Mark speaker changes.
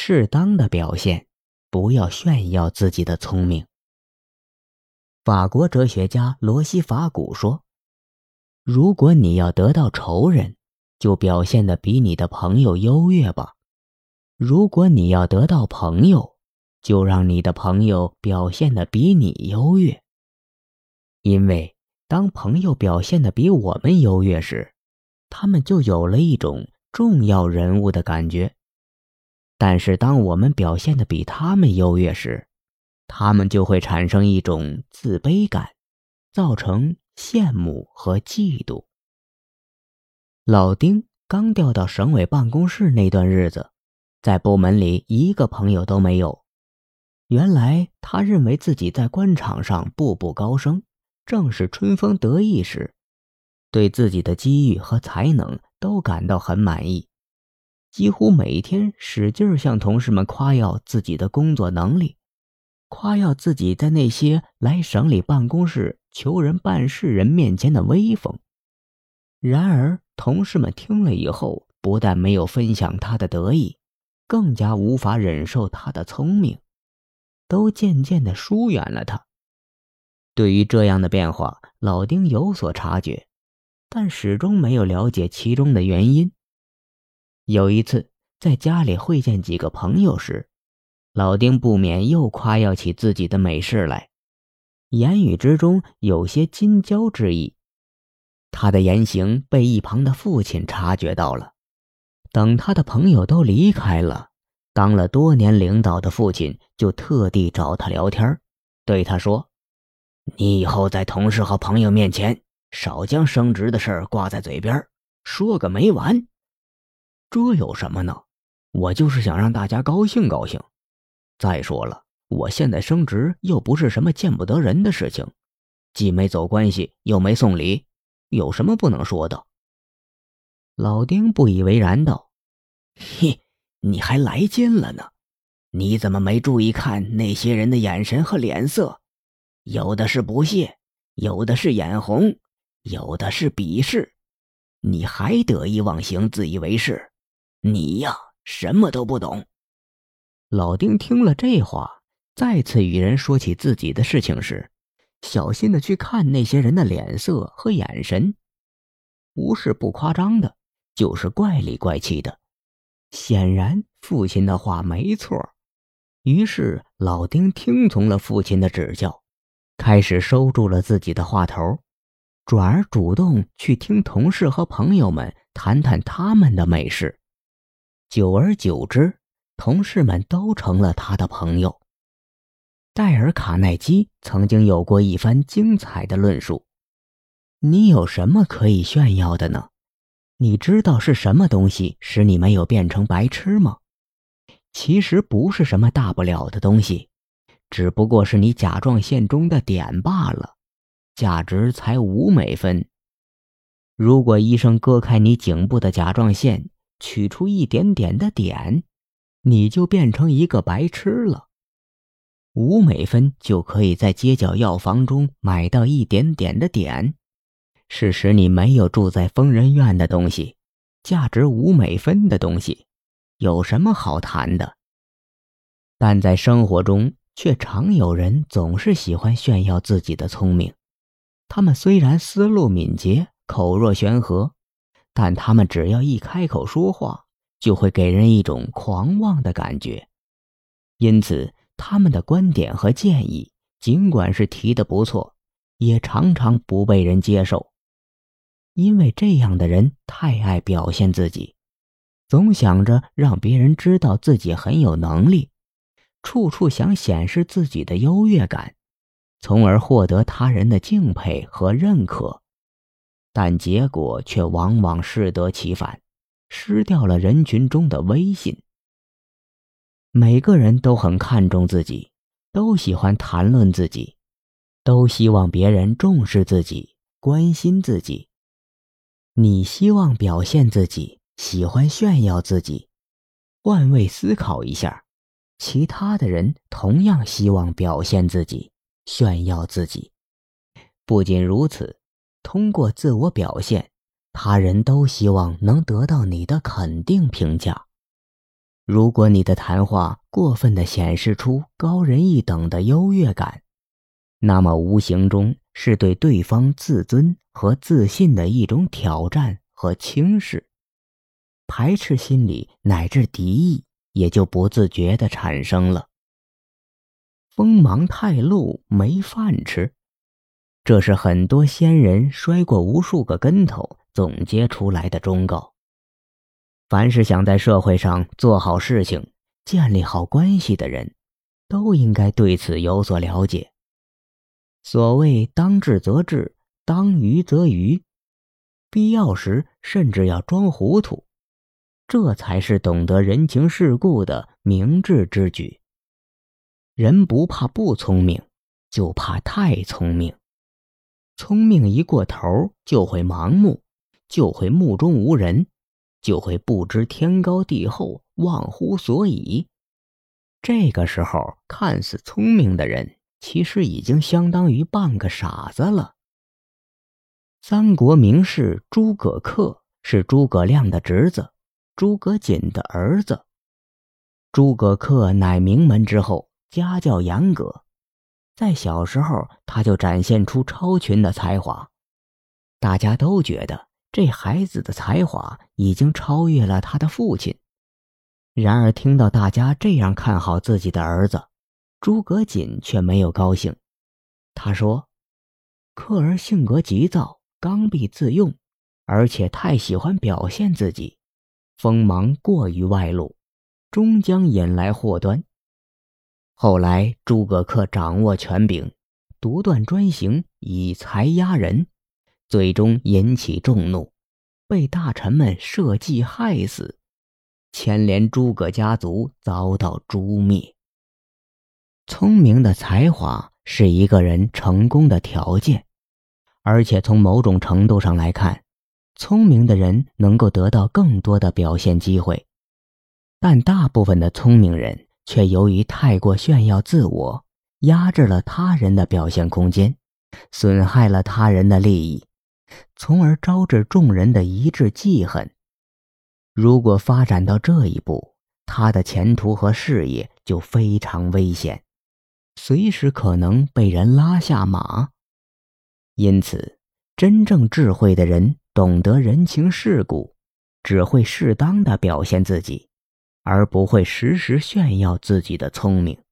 Speaker 1: 适当的表现，不要炫耀自己的聪明。法国哲学家罗西法古说，如果你要得到仇人，就表现得比你的朋友优越吧。如果你要得到朋友，就让你的朋友表现得比你优越。因为当朋友表现得比我们优越时，他们就有了一种重要人物的感觉。但是当我们表现得比他们优越时，他们就会产生一种自卑感，造成羡慕和嫉妒。老丁刚调到省委办公室那段日子，在部门里一个朋友都没有。原来他认为自己在官场上步步高升，正是春风得意时，对自己的机遇和才能都感到很满意，几乎每天使劲向同事们夸耀自己的工作能力，夸耀自己在那些来省里办公室求人办事人面前的威风。然而同事们听了以后，不但没有分享他的得意，更加无法忍受他的聪明，都渐渐地疏远了他。对于这样的变化，老丁有所察觉，但始终没有了解其中的原因。有一次在家里会见几个朋友时，老丁不免又夸耀起自己的美事来，言语之中有些近交之意。他的言行被一旁的父亲察觉到了。等他的朋友都离开了，当了多年领导的父亲就特地找他聊天，对他说，你以后在同事和朋友面前少将升职的事挂在嘴边，说个没完。这有什么呢？我就是想让大家高兴高兴。再说了，我现在升职又不是什么见不得人的事情，既没走关系又没送礼，有什么不能说的？老丁不以为然道，嘿，你还来劲了呢？你怎么没注意看那些人的眼神和脸色？有的是不屑，有的是眼红，有的是鄙视。你还得意忘形，自以为是，你呀，什么都不懂。老丁听了这话，再次与人说起自己的事情时，小心地去看那些人的脸色和眼神，不是不夸张的，就是怪里怪气的。显然父亲的话没错，于是老丁听从了父亲的指教，开始收住了自己的话头，转而主动去听同事和朋友们谈谈他们的美事。久而久之，同事们都成了他的朋友。戴尔·卡耐基曾经有过一番精彩的论述，你有什么可以炫耀的呢？你知道是什么东西使你没有变成白痴吗？其实不是什么大不了的东西，只不过是你甲状腺中的碘罢了，价值才5美分。如果医生割开你颈部的甲状腺，取出一点点的碘，你就变成一个白痴了。5美分就可以在街角药房中买到一点点的碘，是使你没有住在疯人院的东西，价值5美分的东西，有什么好谈的？但在生活中，却常有人总是喜欢炫耀自己的聪明。他们虽然思路敏捷，口若悬河，但他们只要一开口说话，就会给人一种狂妄的感觉。因此，他们的观点和建议，尽管是提得不错，也常常不被人接受。因为这样的人太爱表现自己，总想着让别人知道自己很有能力，处处想显示自己的优越感，从而获得他人的敬佩和认可。但结果却往往适得其反，失掉了人群中的威信。每个人都很看重自己，都喜欢谈论自己，都希望别人重视自己，关心自己。你希望表现自己，喜欢炫耀自己，换位思考一下，其他的人同样希望表现自己，炫耀自己。不仅如此，通过自我表现，他人都希望能得到你的肯定评价。 如果你的谈话过分地显示出高人一等的优越感，那么无形中是对对方自尊和自信的一种挑战和轻视，排斥心理乃至敌意也就不自觉地产生了。锋芒太露没饭吃，这是很多先人摔过无数个跟头总结出来的忠告。凡是想在社会上做好事情、建立好关系的人，都应该对此有所了解。所谓当智则智，当愚则愚，必要时甚至要装糊涂，这才是懂得人情世故的明智之举。人不怕不聪明，就怕太聪明。聪明一过头，就会盲目，就会目中无人，就会不知天高地厚，忘乎所以。这个时候，看似聪明的人，其实已经相当于半个傻子了。三国名士诸葛恪是诸葛亮的侄子，诸葛瑾的儿子。诸葛恪乃名门之后，家教严格，在小时候他就展现出超群的才华，大家都觉得这孩子的才华已经超越了他的父亲。然而听到大家这样看好自己的儿子，诸葛瑾却没有高兴。他说，恪儿性格急躁，刚愎自用，而且太喜欢表现自己，锋芒过于外露，终将引来祸端。后来诸葛恪掌握权柄，独断专行，以才压人，最终引起众怒，被大臣们设计害死，牵连诸葛家族遭到诛灭。聪明的才华是一个人成功的条件，而且从某种程度上来看，聪明的人能够得到更多的表现机会，但大部分的聪明人却由于太过炫耀自我，压制了他人的表现空间，损害了他人的利益，从而招致众人的一致记恨。如果发展到这一步，他的前途和事业就非常危险，随时可能被人拉下马。因此，真正智慧的人懂得人情世故，只会适当地表现自己，而不会时时炫耀自己的聪明。